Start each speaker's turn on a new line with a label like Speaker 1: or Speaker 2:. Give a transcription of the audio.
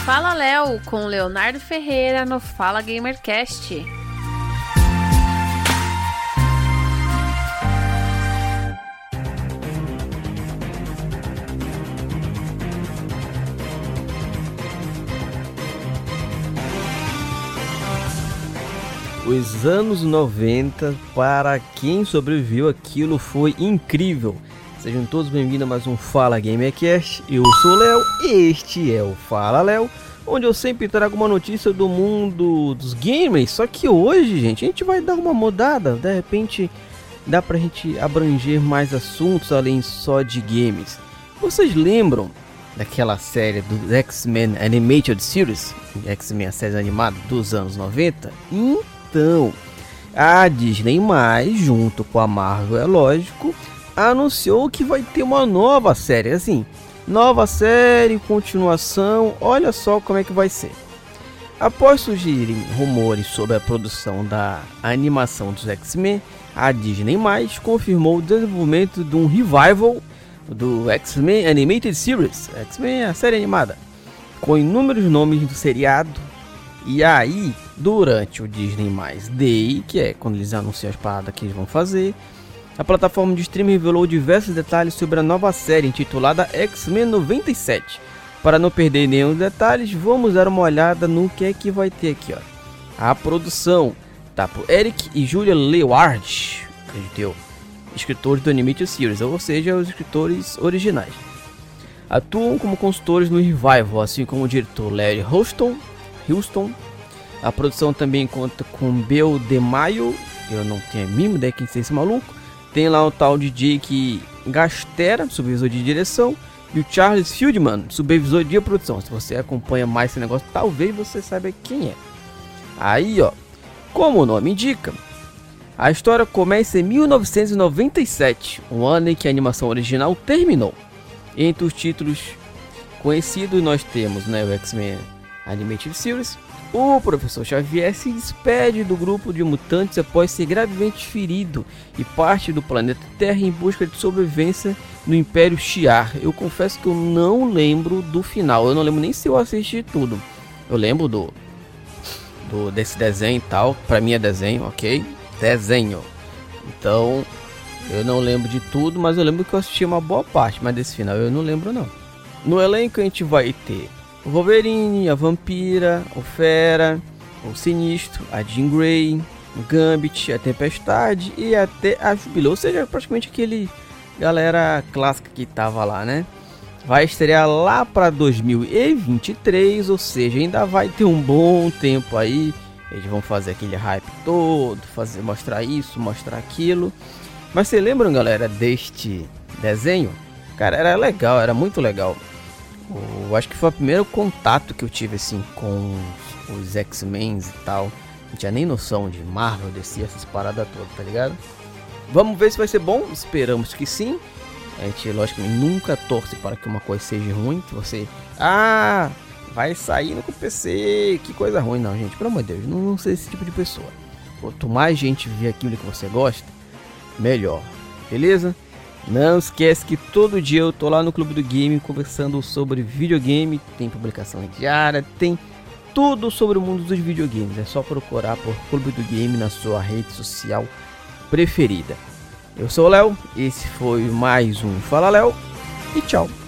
Speaker 1: Fala Léo, com Leonardo Ferreira no Fala Gamercast.
Speaker 2: Os anos 90, para quem sobreviveu aquilo, foi incrível. Sejam todos bem-vindos a mais um Fala Gamercast. Eu sou o Léo e este é o Fala Léo, onde eu sempre trago uma notícia do mundo dos gamers. Só que hoje, gente, a gente vai dar uma mudada. De repente, dá pra gente abranger mais assuntos além só de games. Vocês lembram daquela série do X-Men Animated Series? X-Men, a série animada dos anos 90? Então, a Disney+, junto com a Marvel, é lógico, anunciou que vai ter uma nova série, assim, nova série, continuação, olha só como é que vai ser. Após surgirem rumores sobre a produção da animação dos X-Men, a Disney+, confirmou o desenvolvimento de um revival do X-Men Animated Series, X-Men, a série animada, com inúmeros nomes do seriado. E aí, durante o Disney+ Day, que é quando eles anunciam as paradas que eles vão fazer, a plataforma de streaming revelou diversos detalhes sobre a nova série intitulada X-Men 97. Para não perder nenhum dos detalhes, vamos dar uma olhada no que é que vai ter aqui, ó. A produção tá por Eric e Julia Leward, acredito eu, escritores do Animated Series, ou seja, os escritores originais. Atuam como consultores no revival, assim como o diretor Larry Houston. A produção também conta com Bill DeMaio, eu não tenho a mínima ideia quem é esse maluco. Tem lá o tal de Jake Gastera, supervisor de direção, e o Charles Fieldman, supervisor de produção. Se você acompanha mais esse negócio, talvez você saiba quem é. Aí, ó, como o nome indica, a história começa em 1997, um ano em que a animação original terminou. Entre os títulos conhecidos nós temos, né, o X-Men Animated Series. O professor Xavier se despede do grupo de mutantes após ser gravemente ferido e parte do planeta Terra em busca de sobrevivência no Império Shi'ar. Eu confesso que eu não lembro do final, eu não lembro nem se eu assisti tudo. Eu lembro desse desenho e tal, pra mim é desenho, ok? Desenho. Então, eu não lembro de tudo, mas eu lembro que eu assisti uma boa parte, mas desse final eu não lembro não. No elenco a gente vai ter o Wolverine, a Vampira, o Fera, o Sinistro, a Jean Grey, o Gambit, a Tempestade e até a Jubileu, ou seja, praticamente aquele galera clássica que tava lá, né? Vai estrear lá para 2023, ou seja, ainda vai ter um bom tempo aí. Eles vão fazer aquele hype todo, mostrar isso, mostrar aquilo. Mas vocês lembram, galera, deste desenho? Cara, era legal, era muito legal. Eu acho que foi o primeiro contato que eu tive assim com os X-Men e tal. Não tinha nem noção de Marvel, DC, essas paradas todas, tá ligado? Vamos ver se vai ser bom, esperamos que sim. A gente, logicamente, nunca torce para que uma coisa seja ruim. Que você, vai sair no PC, que coisa ruim. Não, gente, pelo amor de Deus, não sei esse tipo de pessoa. Quanto mais gente ver aquilo que você gosta, melhor, beleza? Não esquece que todo dia eu tô lá no Clube do Game conversando sobre videogame. Tem publicação diária, tem tudo sobre o mundo dos videogames. É só procurar por Clube do Game na sua rede social preferida. Eu sou o Léo, esse foi mais um Fala Léo e tchau.